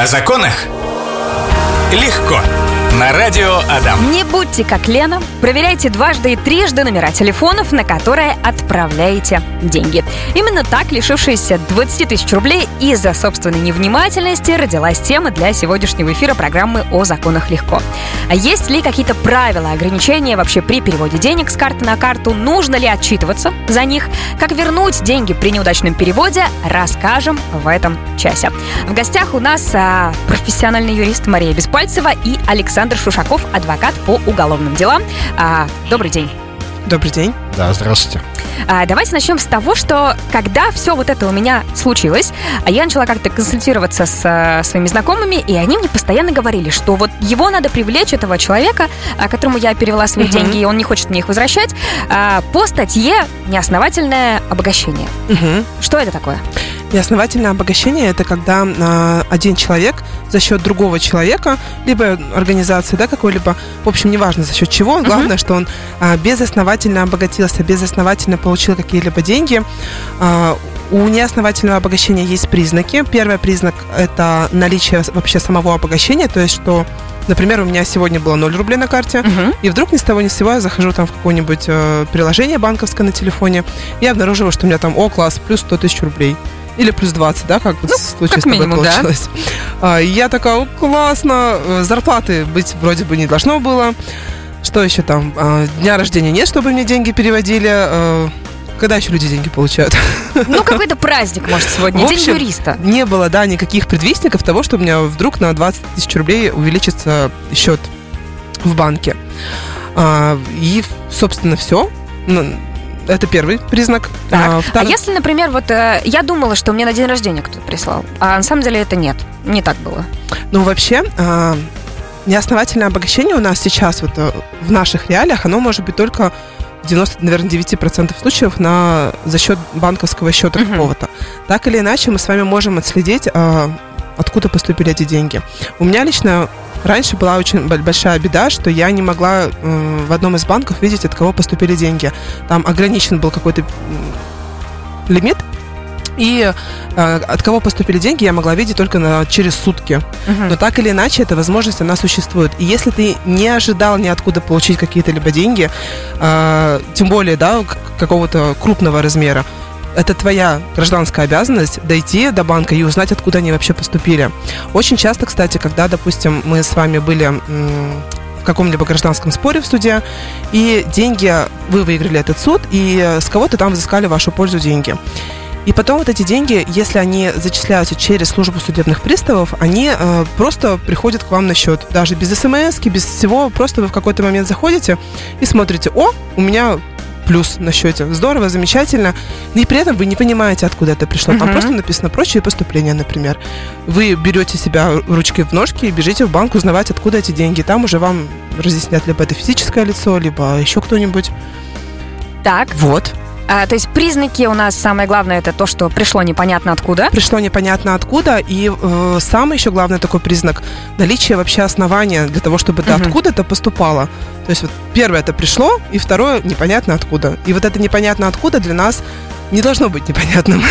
О законах легко. На радио Адам. Не будьте как Лена. Проверяйте дважды и трижды номера телефонов, на которые отправляете деньги. Именно так, лишившаяся 20 тысяч рублей из-за собственной невнимательности, родилась тема для сегодняшнего эфира программы «О законах легко». А есть ли какие-то правила, ограничения вообще при переводе денег с карты на карту? Нужно ли отчитываться за них? Как вернуть деньги при неудачном переводе? Расскажем в этом часе. В гостях у нас профессиональный юрист Мария Беспальцева и Александр Шушаков, адвокат по уголовным делам. Добрый день. Добрый день. Да, здравствуйте. Давайте начнем с того, что когда все вот это у меня случилось, я начала как-то консультироваться с своими знакомыми, и они мне постоянно говорили, что вот его надо привлечь, этого человека, которому я перевела свои деньги, и он не хочет мне их возвращать, по статье «Неосновательное обогащение». Что это такое? Неосновательное обогащение – это когда один человек за счет другого человека, либо организации, да, какой-либо, в общем, неважно за счет чего, главное, что он безосновательно обогатился, безосновательно получил какие-либо деньги. У неосновательного обогащения есть признаки. Первый признак – это наличие вообще самого обогащения, то есть, что, например, у меня сегодня было 0 рублей на карте, и вдруг ни с того ни с сего я захожу там в какое-нибудь приложение банковское на телефоне и обнаруживаю, что у меня там, класс, плюс 100 тысяч рублей. Или плюс 20, да, как в случае с тобой минимум, получилось. Да? И я такая, классно, зарплаты быть вроде бы не должно было. Что еще там? Дня рождения нет, чтобы мне деньги переводили. Когда еще люди деньги получают? Ну, какой-то праздник, может, сегодня, день юриста. Не было, да, никаких предвестников того, что у меня вдруг на 20 тысяч рублей увеличится счет в банке. И, собственно, все. Это первый признак. А если, например, вот я думала, что мне на день рождения кто-то прислал, а на самом деле это нет, не так было. Ну, вообще, неосновательное обогащение у нас сейчас вот в наших реалиях, оно может быть только в 99% случаев за счет банковского счета какого-то. Так или иначе, мы с вами можем отследить, откуда поступили эти деньги. У меня лично раньше была очень большая беда, что я не могла в одном из банков видеть, от кого поступили деньги. Там ограничен был какой-то лимит, и от кого поступили деньги, я могла видеть только через сутки. Но так или иначе, эта возможность, она существует. И если ты не ожидал ниоткуда получить какие-то либо деньги, тем более, да, какого-то крупного размера, это твоя гражданская обязанность дойти до банка и узнать, откуда они вообще поступили. Очень часто, кстати, когда, допустим, мы с вами были в каком-либо гражданском споре в суде, и вы выиграли этот суд, и с кого-то там взыскали в вашу пользу деньги. И потом вот эти деньги, если они зачисляются через службу судебных приставов, они просто приходят к вам на счет. Даже без смс-ки, без всего. Просто вы в какой-то момент заходите и смотрите, у меня плюс на счете. Здорово, замечательно. И при этом вы не понимаете, откуда это пришло. Там просто написано «прочие поступления», например. Вы берете себя ручкой в ножки и бежите в банк узнавать, откуда эти деньги. Там уже вам разъяснят, либо это физическое лицо, либо еще кто-нибудь. Так. Вот. То есть признаки у нас, самое главное, это то, что пришло непонятно откуда. Пришло непонятно откуда. И самый еще главный такой признак – наличие вообще основания для того, чтобы это откуда-то поступало. То есть вот первое – это пришло, и второе – непонятно откуда. И вот это непонятно откуда для нас не должно быть непонятным.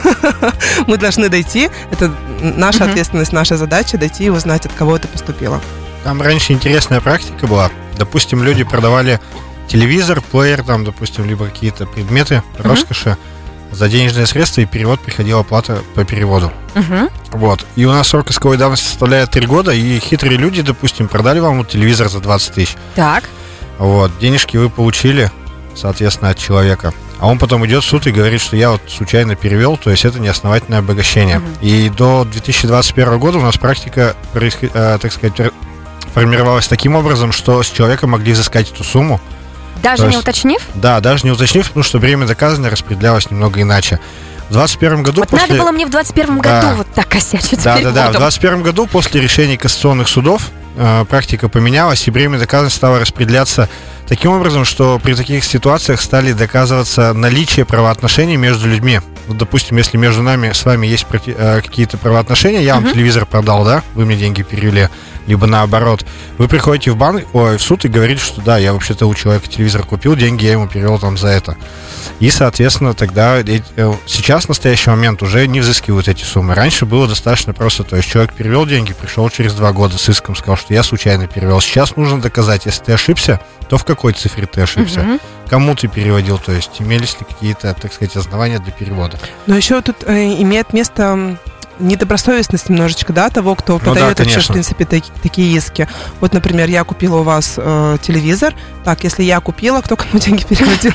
Мы должны дойти. Это наша ответственность, наша задача – дойти и узнать, от кого это поступило. Там раньше интересная практика была. Допустим, люди продавали телевизор, плеер, там, допустим, либо какие-то предметы роскоши за денежные средства, и перевод приходила оплата по переводу. Вот. И у нас срок исковой давности составляет 3 года, и хитрые люди, допустим, продали вам вот телевизор за 20 тысяч. Так. Вот. Денежки вы получили, соответственно, от человека. А он потом идет в суд и говорит, что я вот случайно перевел, то есть это неосновательное обогащение. И до 2021 года у нас практика, так сказать, формировалась таким образом, что с человека могли взыскать эту сумму. Даже не уточнив? Да, даже не уточнив, потому что время доказанное распределялось немного иначе. В 2021 году... Вот надо было мне в 2021 году вот так косячить. Да. В 2021 году после решений кассационных судов практика поменялась, и бремя доказательств стало распределяться таким образом, что при таких ситуациях стали доказываться наличие правоотношений между людьми. Вот, допустим, если между нами с вами есть какие-то правоотношения, я вам телевизор продал, да, вы мне деньги перевели, либо наоборот, вы приходите в суд и говорите, что да, я вообще-то у человека телевизор купил, деньги я ему перевел там за это. И, соответственно, тогда сейчас, в настоящий момент, уже не взыскивают эти суммы. Раньше было достаточно просто, то есть человек перевел деньги, пришел через 2 года с иском, сказал, что я случайно перевел. Сейчас нужно доказать, если ты ошибся, то в какой цифре ты ошибся, кому ты переводил, то есть имелись ли какие-то, так сказать, основания для перевода. Но еще тут имеет место недобросовестность немножечко, да, того, кто подает вообще, в принципе, такие иски. Вот, например, я купила у вас телевизор. Так, если я купила, кто кому деньги переводил?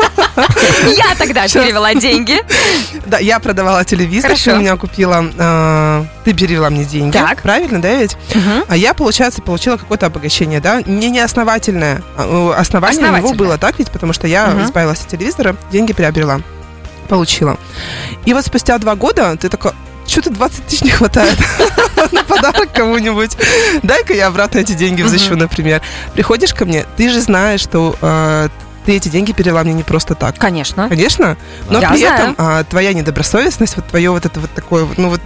Я тогда перевела деньги. Да, я продавала телевизор, ты у меня купила, ты перевела мне деньги. Правильно, да, ведь? А я, получается, получила какое-то обогащение, да? Не основательное. Основание у него было, так ведь? Потому что я избавилась от телевизора, деньги приобрела. Получила. И вот спустя 2 года ты такой: что-то 20 тысяч не хватает на подарок кому-нибудь. Дай-ка я обратно эти деньги взыщу, например. Приходишь ко мне, ты же знаешь, что ты эти деньги перевела мне не просто так. Конечно. Конечно. Но при этом твоя недобросовестность, вот твое вот это вот такое,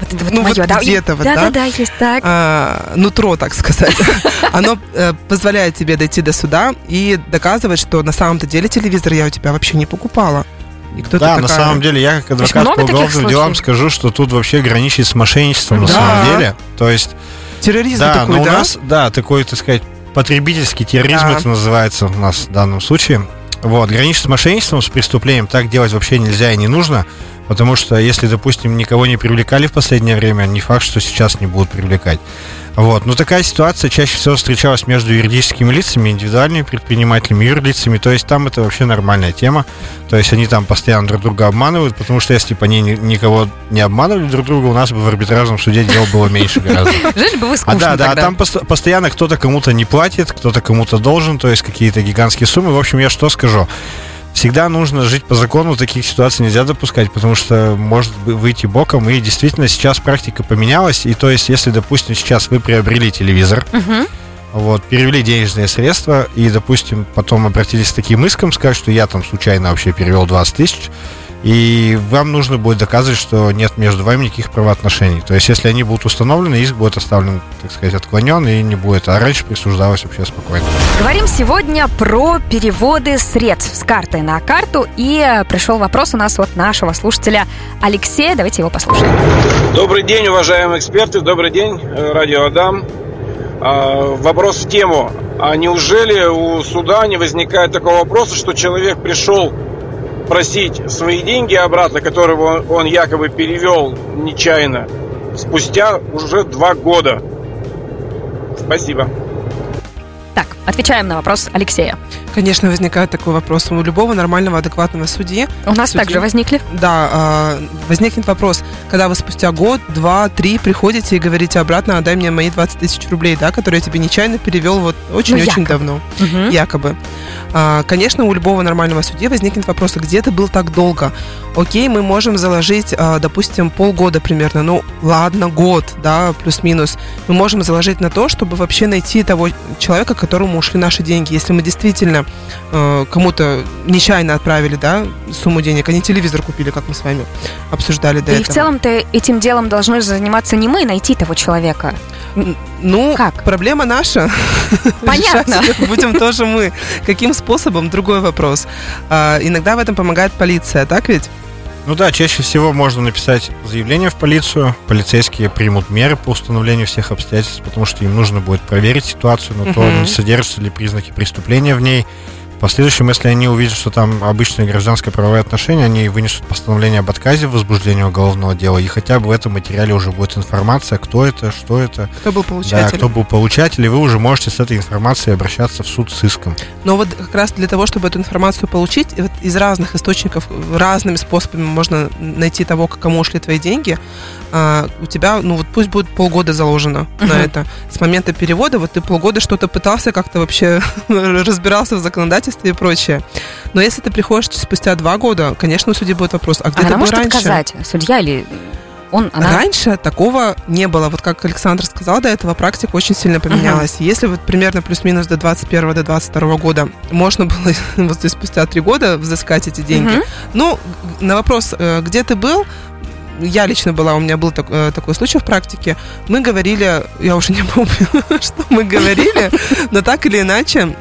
где-то вот, да, есть так. Нутро, так сказать, оно позволяет тебе дойти до суда и доказывать, что на самом-то деле телевизор я у тебя вообще не покупала. На самом деле, я как адвокат по уголовным делам скажу, что тут вообще граничит с мошенничеством на самом деле. То есть терроризм такой, но у нас, такой, так сказать, потребительский терроризм это называется у нас в данном случае. Вот, граничит с мошенничеством, с преступлением, так делать вообще нельзя и не нужно, потому что если, допустим, никого не привлекали в последнее время, не факт, что сейчас не будут привлекать. Вот. Но такая ситуация чаще всего встречалась между юридическими лицами, индивидуальными предпринимателями, юрлицами. То есть там это вообще нормальная тема. То есть они там постоянно друг друга обманывают, потому что если бы они никого не обманывали друг друга, у нас бы в арбитражном суде дел было меньше гораздо. Жили бы вы скучно тогда. А там постоянно кто-то кому-то не платит, кто-то кому-то должен, то есть какие-то гигантские суммы. В общем, я что скажу? Всегда нужно жить по закону, таких ситуаций нельзя допускать, потому что может выйти боком. И действительно сейчас практика поменялась. И то есть, если, допустим, сейчас вы приобрели телевизор, вот, перевели денежные средства и, допустим, потом обратились с таким иском, сказать, что я там случайно вообще перевел 20 тысяч, и вам нужно будет доказывать, что нет между вами никаких правоотношений. То есть, если они будут установлены, иск будет оставлен, так сказать, отклонен и не будет. А раньше присуждалось вообще спокойно. Говорим сегодня про переводы средств с карты на карту. И пришел вопрос у нас от нашего слушателя Алексея. Давайте его послушаем. Добрый день, уважаемые эксперты. Добрый день, Радио Адам. Вопрос в тему. А неужели у суда не возникает такого вопроса, что человек пришел просить свои деньги обратно, которые он якобы перевел нечаянно, спустя уже 2 года? Спасибо. Так, отвечаем на вопрос Алексея. Конечно, возникает такой вопрос у любого нормального, адекватного судьи. У нас также возникли. Да, возникнет вопрос, когда вы спустя год, 2, 3 приходите и говорите обратно: отдай мне мои 20 тысяч рублей, да, которые я тебе нечаянно перевел вот очень-очень давно. Якобы. Конечно, у любого нормального судьи возникнет вопрос: где ты был так долго? Окей, мы можем заложить, допустим, полгода примерно, ну ладно, год, да, плюс-минус. Мы можем заложить на то, чтобы вообще найти того человека, которому ушли наши деньги. Если мы действительно кому-то нечаянно отправили, да, сумму денег, они телевизор купили, как мы с вами обсуждали до этого. И в целом-то этим делом должны заниматься не мы, найти того человека. Ну, как? Проблема наша. Понятно. Будем тоже мы. Каким способом? Другой вопрос. Иногда в этом помогает полиция, так ведь? Ну да, чаще всего можно написать заявление в полицию. Полицейские примут меры по установлению всех обстоятельств, потому что им нужно будет проверить ситуацию на то, не содержатся ли признаки преступления в ней. В последующем, если они увидят, что там обычные гражданско-правовые отношения, они вынесут постановление об отказе в возбуждении уголовного дела, и хотя бы в этом материале уже будет информация, кто это, что это. Кто был получатель. Да, кто был получатель, и вы уже можете с этой информацией обращаться в суд с иском. Но вот как раз для того, чтобы эту информацию получить, вот из разных источников, разными способами можно найти того, кому ушли твои деньги. У тебя, ну вот пусть будет полгода заложено на это. С момента перевода, вот ты полгода что-то пытался, как-то вообще разбирался в законодательстве и прочее. Но если ты приходишь спустя 2 года, конечно, у судьи будет вопрос: а где ты был раньше? Она может отказать, судья или... Раньше такого не было. Вот как Александр сказал, до этого практика очень сильно поменялась. Если вот примерно плюс-минус до 21 до 22 года можно было вот спустя 3 года взыскать эти деньги. Ну, на вопрос, где ты был, я лично была, у меня был такой случай в практике. Мы говорили, я уже не помню, что мы говорили, но так или иначе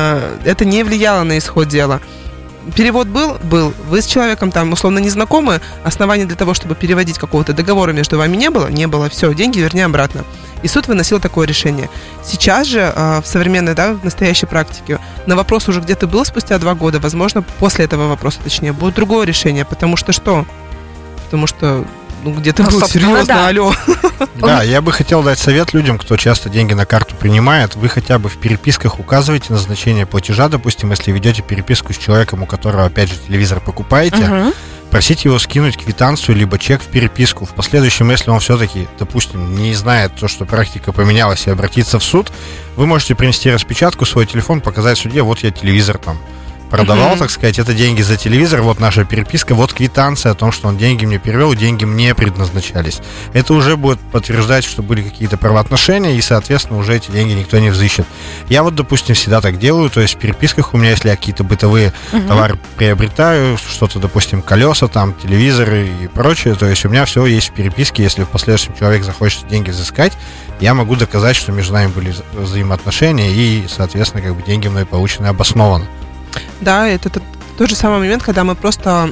это не влияло на исход дела. Перевод был. Вы с человеком там условно не знакомы, оснований для того, чтобы переводить какого-то договора между вами не было, все, деньги верни обратно. И суд выносил такое решение. Сейчас же в современной, в настоящей практике на вопрос уже, где ты был спустя 2 года, возможно, после этого вопроса, точнее, будет другое решение, потому что что? Потому что где ты был, серьезно, алло. Да, я бы хотел дать совет людям, кто часто деньги на карту принимает. Вы хотя бы в переписках указываете назначение платежа, допустим, если ведете переписку с человеком, у которого, опять же, телевизор покупаете, просите его скинуть квитанцию либо чек в переписку. В последующем, если он все-таки, допустим, не знает то, что практика поменялась, и обратиться в суд, вы можете принести распечатку, свой телефон, показать судье, вот я телевизор там продавал, так сказать, это деньги за телевизор, вот наша переписка, вот квитанция о том, что он деньги мне перевел, деньги мне предназначались. Это уже будет подтверждать, что были какие-то правоотношения, и, соответственно, уже эти деньги никто не взыщет. Я вот, допустим, всегда так делаю, то есть в переписках у меня, если я какие-то бытовые товары приобретаю, что-то, допустим, колеса, там, телевизоры и прочее, то есть у меня все есть в переписке, если в последующем человек захочет деньги взыскать, я могу доказать, что между нами были взаимоотношения, и, соответственно, как бы деньги мной получены обоснованно. Да, это тот же самый момент, когда мы просто...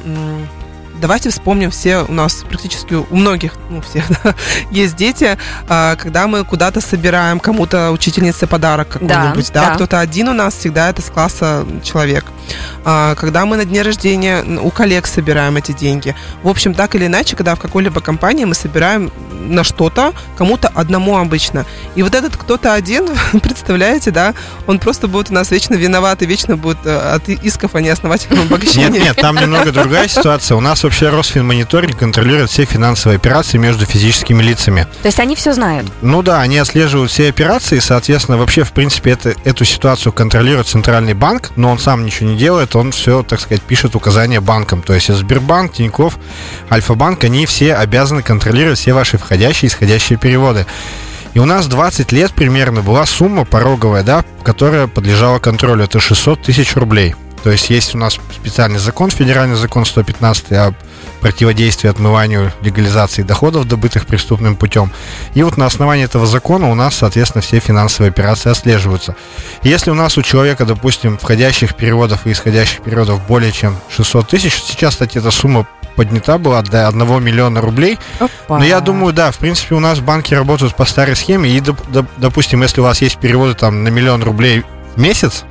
Давайте вспомним все, у нас практически у многих, у всех, есть дети, когда мы куда-то собираем кому-то учительнице подарок какой-нибудь, кто-то один у нас всегда это с класса человек. Когда мы на дне рождения у коллег собираем эти деньги. В общем, так или иначе, когда в какой-либо компании мы собираем на что-то, кому-то одному обычно. И вот этот кто-то один, представляете, он просто будет у нас вечно виноват и вечно будет от исков о неосновательном обогащении. Нет, там немного другая ситуация. У нас вообще Росфинмониторинг контролирует все финансовые операции между физическими лицами. То есть они все знают? Ну да, они отслеживают все операции, соответственно, вообще, в принципе, эту ситуацию контролирует Центральный банк, но он сам ничего не делает, он все, так сказать, пишет указания банкам. То есть Сбербанк, Тинькофф, Альфа-банк, они все обязаны контролировать все ваши входящие и исходящие переводы. И у нас 20 лет примерно была сумма пороговая, которая подлежала контролю. Это 600 тысяч рублей. То есть есть у нас специальный закон, федеральный закон 115 о противодействии отмыванию, легализации доходов, добытых преступным путем. И вот на основании этого закона у нас, соответственно, все финансовые операции отслеживаются. Если у нас у человека, допустим, входящих переводов и исходящих переводов более чем 600 тысяч, сейчас, кстати, эта сумма поднята была до 1 миллиона рублей. Опа. Но я думаю, в принципе, у нас банки работают по старой схеме. И, допустим, если у вас есть переводы там на 1 миллион рублей в месяц,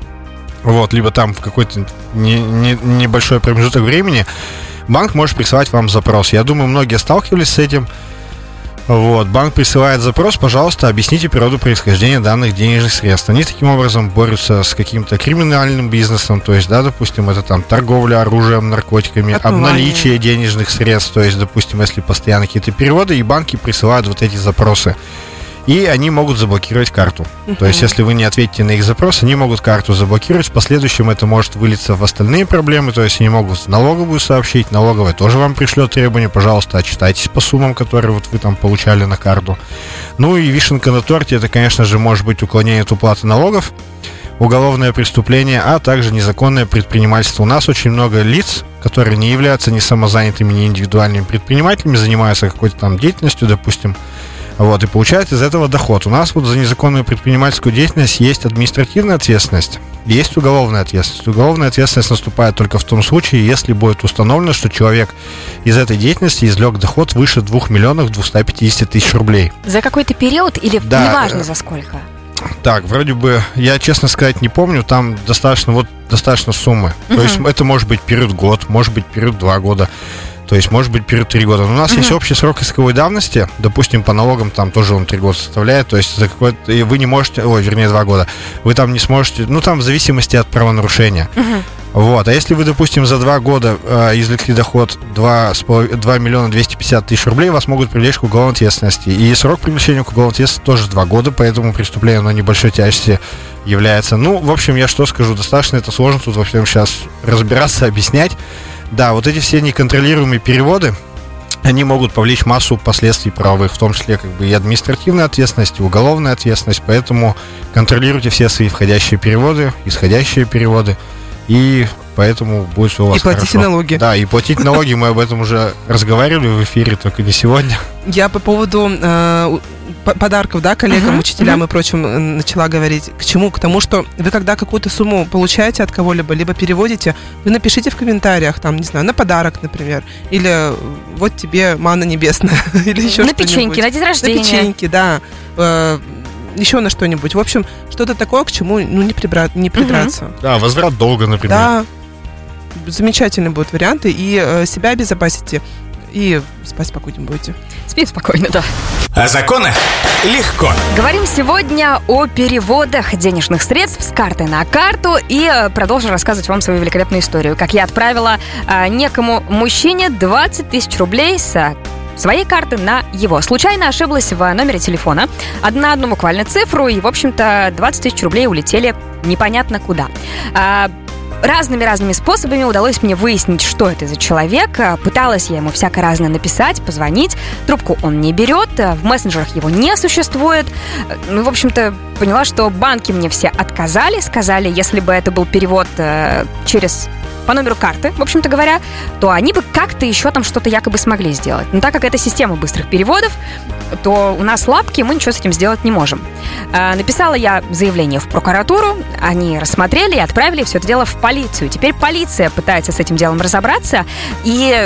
либо там в какой-то небольшой промежуток времени, банк может присылать вам запрос. Я думаю, многие сталкивались с этим. Банк присылает запрос, пожалуйста, объясните природу происхождения данных денежных средств. Они таким образом борются с каким-то криминальным бизнесом, то есть, допустим, это там торговля оружием, наркотиками, обналичие денежных средств, то есть, допустим, если постоянно какие-то переводы, и банки присылают вот эти запросы. И они могут заблокировать карту. То есть, если вы не ответите на их запрос, они могут карту заблокировать. В последующем это может вылиться в остальные проблемы. То есть, они могут в налоговую сообщить. Налоговая тоже вам пришлет требования. Пожалуйста, отчитайтесь по суммам, которые вы там получали на карту. Ну и вишенка на торте, это, конечно же, может быть уклонение от уплаты налогов, уголовное преступление, а также незаконное предпринимательство. У нас очень много лиц, которые не являются ни самозанятыми, ни индивидуальными предпринимателями, занимаются какой-то там деятельностью, допустим, и получают из этого доход. У нас за незаконную предпринимательскую деятельность есть административная ответственность, есть уголовная ответственность. Уголовная ответственность наступает только в том случае, если будет установлено, что человек из этой деятельности извлек доход выше 2 миллионов 250 тысяч рублей. За какой-то период или неважно за сколько? Так, вроде бы, я, честно сказать, не помню, там достаточно суммы. То есть это может быть период год, может быть период 2 года. То есть, может быть, период 3 года. Но у нас есть общий срок исковой давности. Допустим, по налогам там тоже он 3 года составляет. То есть, за какой-то вы не можете... 2 года. Вы там не сможете... там в зависимости от правонарушения. А если вы, допустим, за 2 года извлекли доход 2 миллиона 250 тысяч рублей, вас могут привлечь к уголовной ответственности. И срок привлечения к уголовной ответственности тоже 2 года, поэтому преступление, оно небольшой тяжести является. В общем, я что скажу, достаточно это сложно тут во всем сейчас разбираться, объяснять. Да, вот эти все неконтролируемые переводы, они могут повлечь массу последствий правовых, в том числе как бы и административная ответственность, и уголовная ответственность. Поэтому контролируйте все свои входящие переводы, исходящие переводы, и поэтому будет все у вас и платите хорошо. налоги. Да, и платить налоги, мы об этом уже разговаривали в эфире, только не сегодня. Я по поводу подарков, да, коллегам, учителям и прочим начала говорить. К чему? К тому, что вы когда какую-то сумму получаете от кого-либо, либо переводите, вы напишите в комментариях, там, не знаю, на подарок, например, или вот тебе манна небесная, или еще на что-нибудь. печеньки, на день рождения. На печеньки, да. Еще на что-нибудь. В общем, что-то такое, к чему не придраться. Да, возврат долга, например. Да, замечательные будут варианты, и себя обезопасите, и спать спокойно будете. Спи спокойно, да. О законах легко. Говорим сегодня о переводах денежных средств с карты на карту, и продолжу рассказывать вам свою великолепную историю. Как я отправила некому мужчине 20 тысяч рублей с своей карты на его. Случайно ошиблась в номере телефона. На одну буквально цифру, и, в общем-то, 20 тысяч рублей улетели непонятно куда. Разными способами удалось мне выяснить, что это за человек. Пыталась я ему всякое разное написать, позвонить. Трубку он не берет, в мессенджерах его не существует. Ну, в общем-то, поняла, что банки мне все отказали. Сказали, если бы это был перевод по номеру карты, в общем-то говоря, то они бы как-то еще там что-то якобы смогли сделать. Но так как это система быстрых переводов, то у нас лапки, мы ничего с этим сделать не можем. Написала я заявление в прокуратуру, они рассмотрели и отправили все это дело в полицию. Теперь полиция пытается с этим делом разобраться. И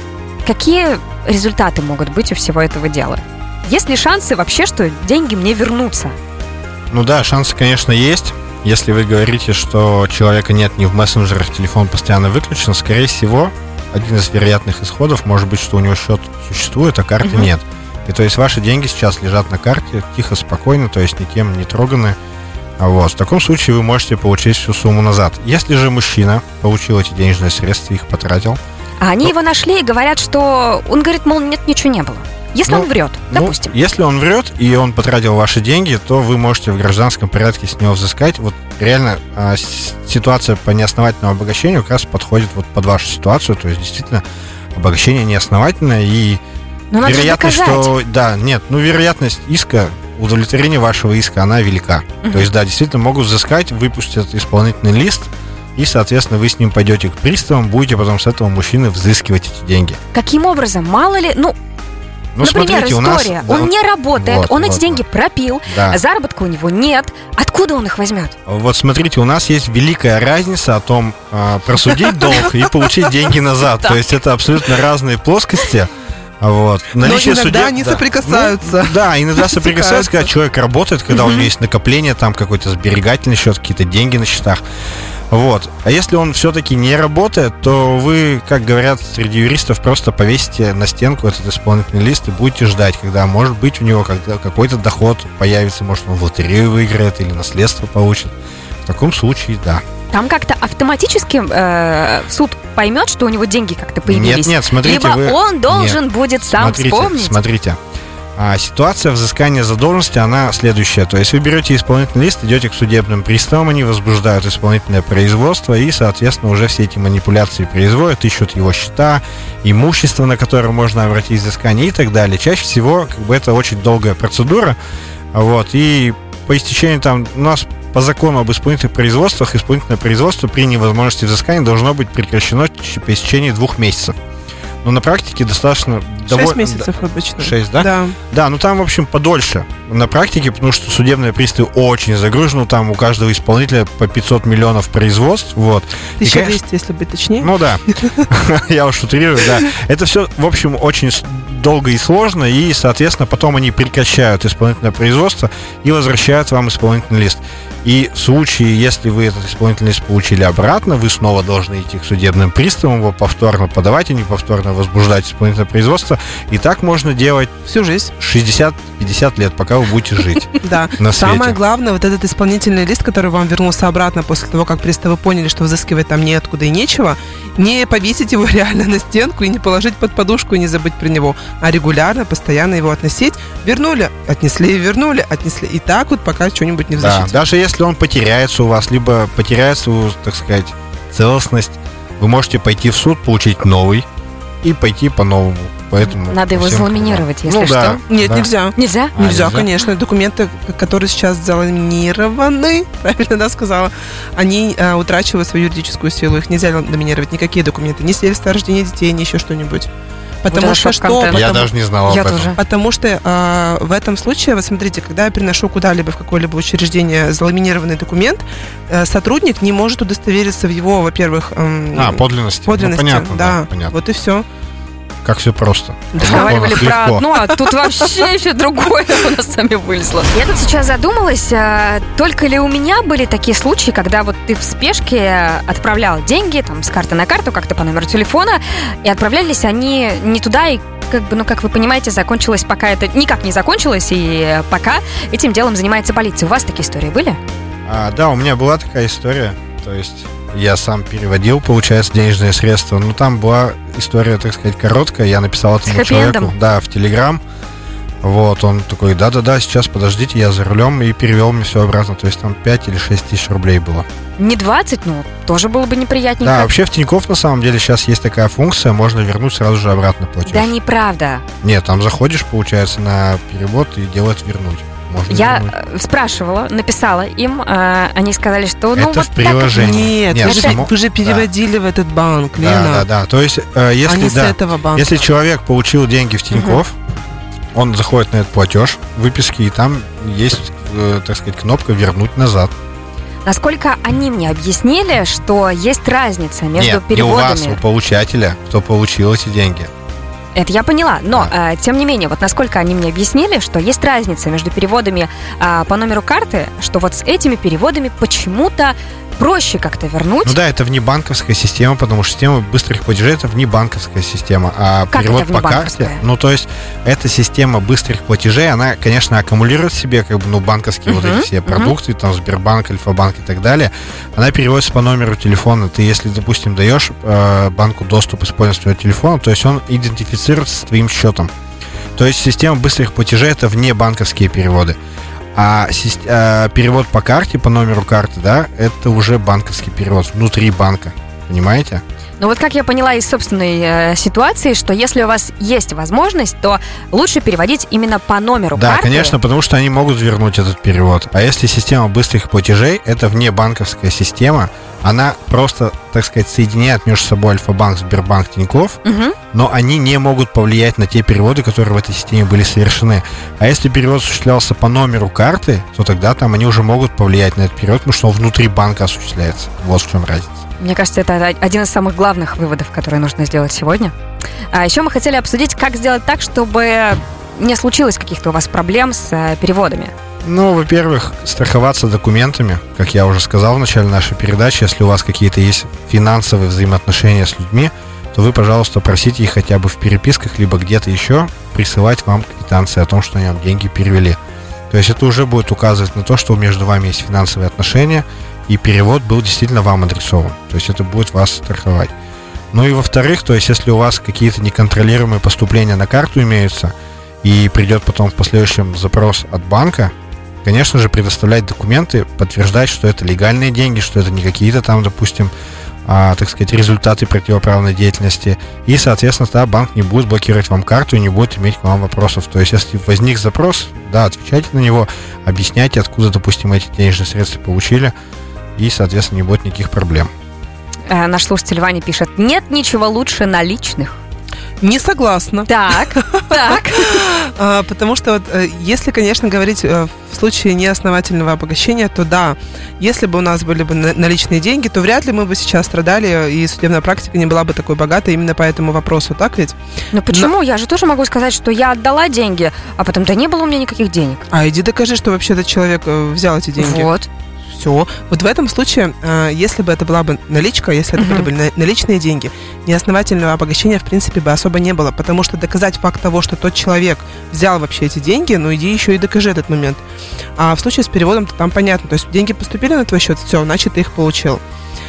какие результаты могут быть у всего этого дела? Есть ли шансы вообще, что деньги мне вернутся? Ну да, шансы, конечно, есть. Если вы говорите, что человека нет ни в мессенджерах, телефон постоянно выключен, скорее всего, один из вероятных исходов может быть, что у него счет существует, а карты нет. И то есть ваши деньги сейчас лежат на карте тихо, спокойно, то есть никем не троганы. Вот. В таком случае вы можете получить всю сумму назад. Если же мужчина получил эти денежные средства, их потратил. А они его нашли и говорят, что... Он говорит, мол, нет, ничего не было. Если он врет, допустим. Если он врет, и он потратил ваши деньги, то вы можете в гражданском порядке с него взыскать. Вот реально ситуация по неосновательному обогащению как раз подходит вот под вашу ситуацию. То есть, действительно, обогащение неосновательное. И вероятность, что... Да, нет, вероятность иска, удовлетворения вашего иска, она велика. То есть, да, действительно, могут взыскать, выпустят исполнительный лист, и, соответственно, вы с ним пойдете к приставам, будете потом с этого мужчины взыскивать эти деньги. Каким образом? Мало ли... Например, смотрите, история. Он не работает, он эти деньги пропил, да. Заработка у него нет. Откуда он их возьмет? Вот смотрите, у нас есть великая разница о том, просудить долг и получить деньги назад. То есть это абсолютно разные плоскости. Вот. Но иногда они соприкасаются. Да, иногда соприкасаются, когда человек работает, когда у него есть накопление, там какой-то сберегательный счет, какие-то деньги на счетах. Вот. А если он все-таки не работает, то вы, как говорят среди юристов, просто повесите на стенку этот исполнительный лист и будете ждать, когда, может быть, у него какой-то доход появится, может, он в лотерею выиграет или наследство получит. В таком случае, да. Там как-то автоматически суд поймет, что у него деньги как-то появились? Нет, смотрите, либо он должен будет сам вспомнить? Смотрите. Ситуация взыскания задолженности, она следующая. То есть вы берете исполнительный лист, идете к судебным приставам, они возбуждают исполнительное производство и, соответственно, уже все эти манипуляции производят, ищут его счета, имущество, на которое можно обратить взыскание и так далее. Чаще всего это очень долгая процедура. Вот, и по истечению у нас по закону об исполнительных производствах, исполнительное производство при невозможности взыскания должно быть прекращено по истечении 2 месяцев. Но на практике достаточно... 6 месяцев обычно. 6, да? Да. Да, там, в общем, подольше на практике, потому что судебные приставы очень загружены, там у каждого исполнителя по 500 миллионов производств, вот. 1200, если быть точнее. Ну да, я уж утрирую, да. Это все, в общем, очень долго и сложно, и, соответственно, потом они прекращают исполнительное производство и возвращают вам исполнительный лист. И в случае, если вы этот исполнительный лист получили обратно, вы снова должны идти к судебным приставам, его повторно подавать, они повторно возбуждать исполнительное производство. И так можно делать всю жизнь. 60-50 лет, пока вы будете жить. Да. На свете. Самое главное, вот этот исполнительный лист, который вам вернулся обратно после того, как приставы поняли, что взыскивать там неоткуда и нечего, не повесить его реально на стенку и не положить под подушку и не забыть про него, а регулярно, постоянно его относить. Вернули, отнесли, вернули, отнесли. И так вот, пока что-нибудь не в защите. Да, даже если он потеряется у вас, либо потеряет свою, так сказать, целостность, вы можете пойти в суд, получить новый и пойти по новому. поэтому... Надо его заламинировать, если что. Нет, нельзя. Нельзя? Нельзя, конечно. Документы, которые сейчас заламинированы, правильно, да, сказала, они утрачивают свою юридическую силу. Их нельзя ламинировать, никакие документы. Ни свидетельство о рождении детей, ни еще что-нибудь. Потому что что? Я даже не знала об этом. Тоже. Потому что в этом случае, вот смотрите, когда я приношу куда-либо в какое-либо учреждение заламинированный документ, сотрудник не может удостовериться в его, во-первых... подлинности. Подлинности, Понятно, да. Понятно. Вот и все. Как все просто. Разговаривали про одно, а тут вообще еще другое у нас с вами вылезло. Я тут сейчас задумалась, только ли у меня были такие случаи, когда вот ты в спешке отправлял деньги там, с карты на карту, как-то по номеру телефона, и отправлялись они не туда, и как вы понимаете, закончилось, пока это никак не закончилось, и пока этим делом занимается полиция. У вас такие истории были? Да, у меня была такая история. То есть я сам переводил, получается, денежные средства. Но там была история, так сказать, короткая. Я написал этому человеку, в Телеграм. Вот, он такой, да-да-да, сейчас подождите, я за рулем, и перевел мне все обратно. То есть там 5 или 6 тысяч рублей было. Не 20, тоже было бы неприятненько. Да, вообще в Тинькофф на самом деле сейчас есть такая функция, можно вернуть сразу же обратно платеж. Да неправда. Нет, там заходишь, получается, на перевод и делают вернуть. Можно я спрашивала, написала им, они сказали, что это в приложении. Нет, вы же переводили в этот банк, Лена. Да. То есть, если, с этого банка. Если человек получил деньги в Тинькофф, он заходит на этот платеж, выписки, и там есть, так сказать, кнопка «Вернуть назад». Насколько они мне объяснили, что есть разница между переводами... Не у вас, у получателя, кто получил эти деньги. Это я поняла, но, тем не менее, вот насколько они мне объяснили, что есть разница между переводами по номеру карты, что вот с этими переводами почему-то проще как-то вернуть. Ну да, это внебанковская система, потому что система быстрых платежей — это внебанковская система, а как перевод по карте, то есть эта система быстрых платежей, она, конечно, аккумулирует в себе банковские вот эти все продукты, там Сбербанк, Альфа-банк и так далее, она переводится по номеру телефона. Ты, если, допустим, даешь банку доступ использовать своего телефона, то есть он идентифицируется с твоим счетом. То есть система быстрых платежей — это внебанковские переводы. А перевод по карте, по номеру карты, да, это уже банковский перевод внутри банка. Понимаете? Ну вот как я поняла из собственной ситуации, что если у вас есть возможность, то лучше переводить именно по номеру карты. Да, конечно, потому что они могут вернуть этот перевод. А если система быстрых платежей, это внебанковская система, она просто, так сказать, соединяет между собой Альфа-банк, Сбербанк, Тинькофф, но они не могут повлиять на те переводы, которые в этой системе были совершены. А если перевод осуществлялся по номеру карты, то тогда там они уже могут повлиять на этот перевод, потому что он внутри банка осуществляется. Вот в чем разница. Мне кажется, это один из самых главных выводов, которые нужно сделать сегодня. А еще мы хотели обсудить, как сделать так, чтобы не случилось каких-то у вас проблем с переводами. Ну, во-первых, страховаться документами, как я уже сказал в начале нашей передачи. Если у вас какие-то есть финансовые взаимоотношения с людьми, то вы, пожалуйста, просите их хотя бы в переписках, либо где-то еще присылать вам квитанции о том, что они вам деньги перевели. То есть это уже будет указывать на то, что между вами есть финансовые отношения, и перевод был действительно вам адресован. То есть это будет вас страховать. Ну и во-вторых, то есть если у вас какие-то неконтролируемые поступления на карту имеются, и придет потом в последующем запрос от банка, конечно же, предоставлять документы, подтверждать, что это легальные деньги, что это не какие-то там, допустим, так сказать, результаты противоправной деятельности. И, соответственно, тогда банк не будет блокировать вам карту и не будет иметь к вам вопросов. То есть, если возник запрос, да, отвечайте на него, объясняйте, откуда, допустим, эти денежные средства получили, и, соответственно, не будет никаких проблем. Наш слушатель Ваня пишет: нет ничего лучше наличных. Не согласна. Так. Потому что если, конечно, говорить в случае неосновательного обогащения, то да, если бы у нас были бы наличные деньги, то вряд ли мы бы сейчас страдали, и судебная практика не была бы такой богатой именно по этому вопросу, так ведь? Но почему? Я же тоже могу сказать, что я отдала деньги, а потом-то не было у меня никаких денег. А иди докажи, что вообще этот человек взял эти деньги. Вот. Все. Вот в этом случае, если бы это была бы наличка, если это были бы наличные деньги, неосновательного обогащения, в принципе, бы особо не было, потому что доказать факт того, что тот человек взял вообще эти деньги, ну иди еще и докажи этот момент. А в случае с переводом, то там понятно, то есть деньги поступили на твой счет, все, значит, ты их получил.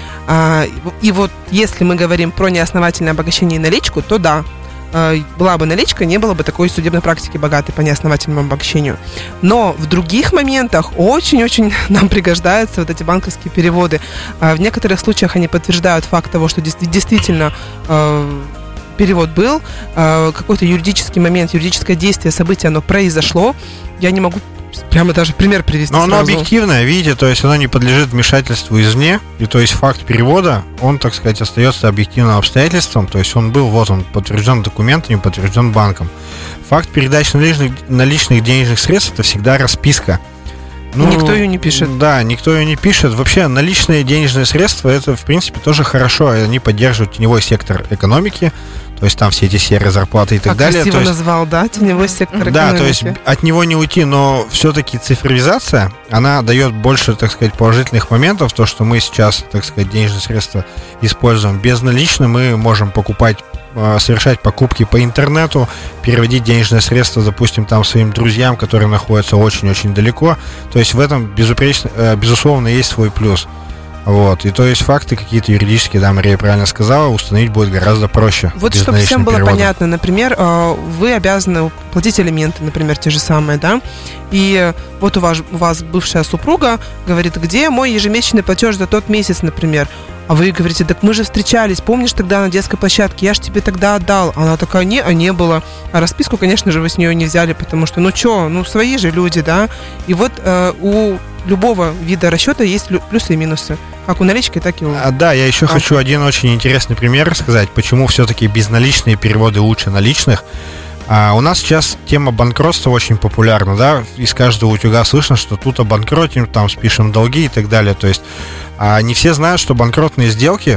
И вот если мы говорим про неосновательное обогащение и наличку, то да, была бы наличка, не было бы такой судебной практики богатой по неосновательному обогащению. Но в других моментах очень-очень нам пригождаются вот эти банковские переводы. В некоторых случаях они подтверждают факт того, что действительно перевод был, какой-то юридический момент, юридическое действие, событие, оно произошло, я не могу прямо даже пример привести. Но оно объективное, видите, то есть оно не подлежит вмешательству извне, и то есть факт перевода, он, так сказать, остается объективным обстоятельством, то есть он был, вот он, подтвержден документами, подтвержден банком. Факт передачи наличных денежных средств — это всегда расписка. Никто ее не пишет. Да, никто ее не пишет. Вообще, наличные денежные средства — это, в принципе, тоже хорошо. Они поддерживают теневой сектор экономики. То есть там все эти серые зарплаты и так далее. Красиво назвал, да, теневой сектор экономики. Да, то есть от него не уйти, но все-таки цифровизация, она дает больше, так сказать, положительных моментов. То, что мы сейчас, так сказать, денежные средства используем безналично, мы можем совершать покупки по интернету, переводить денежные средства, допустим, там своим друзьям, которые находятся очень-очень далеко. То есть в этом, безусловно, есть свой плюс. Вот. И то есть факты какие-то юридические, да, Мария правильно сказала, установить будет гораздо проще. Вот чтобы всем было понятно, например, вы обязаны платить алименты, например, те же самые, да, и вот у вас бывшая супруга говорит, где мой ежемесячный платеж за тот месяц, например, а вы говорите, так мы же встречались, помнишь тогда на детской площадке, я же тебе тогда отдал. Она такая, не было. А расписку, конечно же, вы с нее не взяли, потому что, свои же люди, да. И вот у любого вида расчета есть плюсы и минусы. Как у налички, так и у... Да, я еще хочу один очень интересный пример рассказать, почему все-таки безналичные переводы лучше наличных. У нас сейчас тема банкротства очень популярна, да, из каждого утюга слышно, что тут обанкротим, там спишем долги и так далее, то есть не все знают, что банкротные сделки,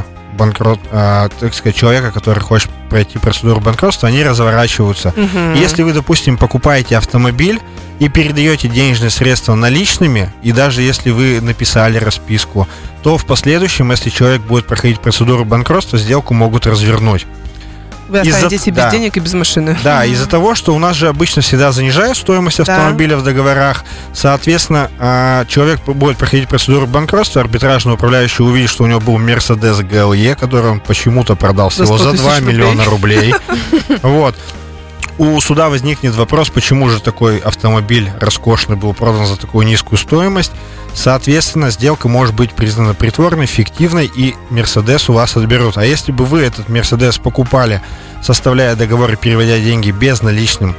так сказать, человека, который хочет пройти процедуру банкротства, они разворачиваются. Если вы, допустим, покупаете автомобиль и передаете денежные средства наличными, и даже если вы написали расписку, то в последующем, если человек будет проходить процедуру банкротства, сделку могут развернуть. Вы останетесь и без денег, и без машины. Да, из-за того, что у нас же обычно всегда занижают стоимость автомобиля в договорах, соответственно, человек будет проходить процедуру банкротства, арбитражный управляющий увидит, что у него был Mercedes GLE, который он почему-то продал всего за 2 миллиона рублей. Вот. У суда возникнет вопрос, почему же такой автомобиль роскошный был продан за такую низкую стоимость. Соответственно, сделка может быть признана притворной, фиктивной, и Мерседес у вас отберут. А если бы вы этот Мерседес покупали, составляя договор и переводя деньги безналичным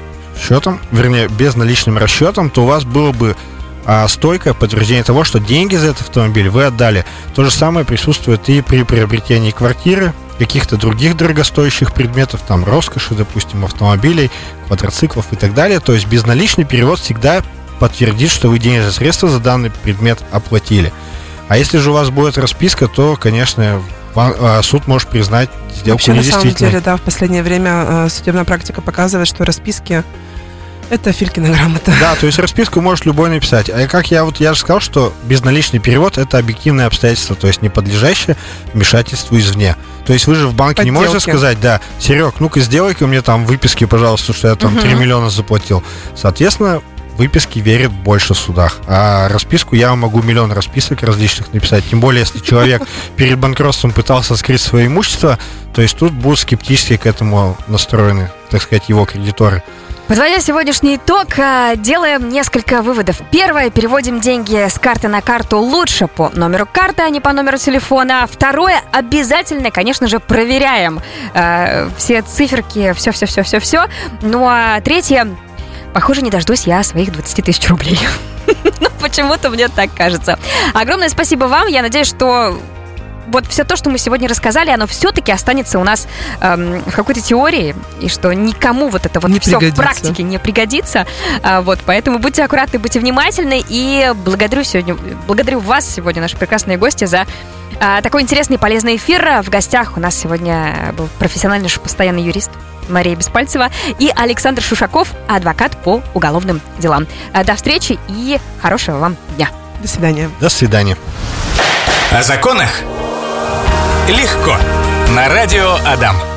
расчетом, то у вас было бы стойкое подтверждение того, что деньги за этот автомобиль вы отдали. То же самое присутствует и при приобретении квартиры, каких-то других дорогостоящих предметов, там роскоши, допустим, автомобилей, квадроциклов и так далее. То есть безналичный перевод всегда подтвердит, что вы денежные средства за данный предмет оплатили. А если же у вас будет расписка, то, конечно, суд может признать сделку недействительной. На самом деле, да, в последнее время судебная практика показывает, что расписки — это Филькина грамота. Да, то есть расписку может любой написать. А как я же сказал, что безналичный перевод — это объективное обстоятельство, то есть не подлежащее вмешательству извне. То есть вы же в банке не можете сказать, да, Серег, ну-ка сделай-ка мне там выписки, пожалуйста, что я там 3 миллиона заплатил. Соответственно, выписки верят больше в судах. А расписку я могу миллион расписок различных написать. Тем более, если человек перед банкротством пытался скрыть свое имущество, то есть тут будут скептически к этому настроены, так сказать, его кредиторы. Подводя сегодняшний итог, делаем несколько выводов. Первое, переводим деньги с карты на карту лучше по номеру карты, а не по номеру телефона. Второе, обязательно, конечно же, проверяем все циферки, все. Ну а третье, похоже, не дождусь я своих 20 тысяч рублей. Ну, почему-то мне так кажется. Огромное спасибо вам. Я надеюсь, что вот все то, что мы сегодня рассказали, оно все-таки останется у нас в какой-то теории, и что никому вот это вот не все пригодится. В практике не пригодится. Вот, поэтому будьте аккуратны, будьте внимательны. И благодарю вас сегодня, наши прекрасные гости, за такой интересный и полезный эфир. В гостях у нас сегодня был профессиональный постоянный юрист Мария Беспальцева и Александр Шушаков, адвокат по уголовным делам. До встречи и хорошего вам дня. До свидания. До свидания. О законах легко. На радио Адам.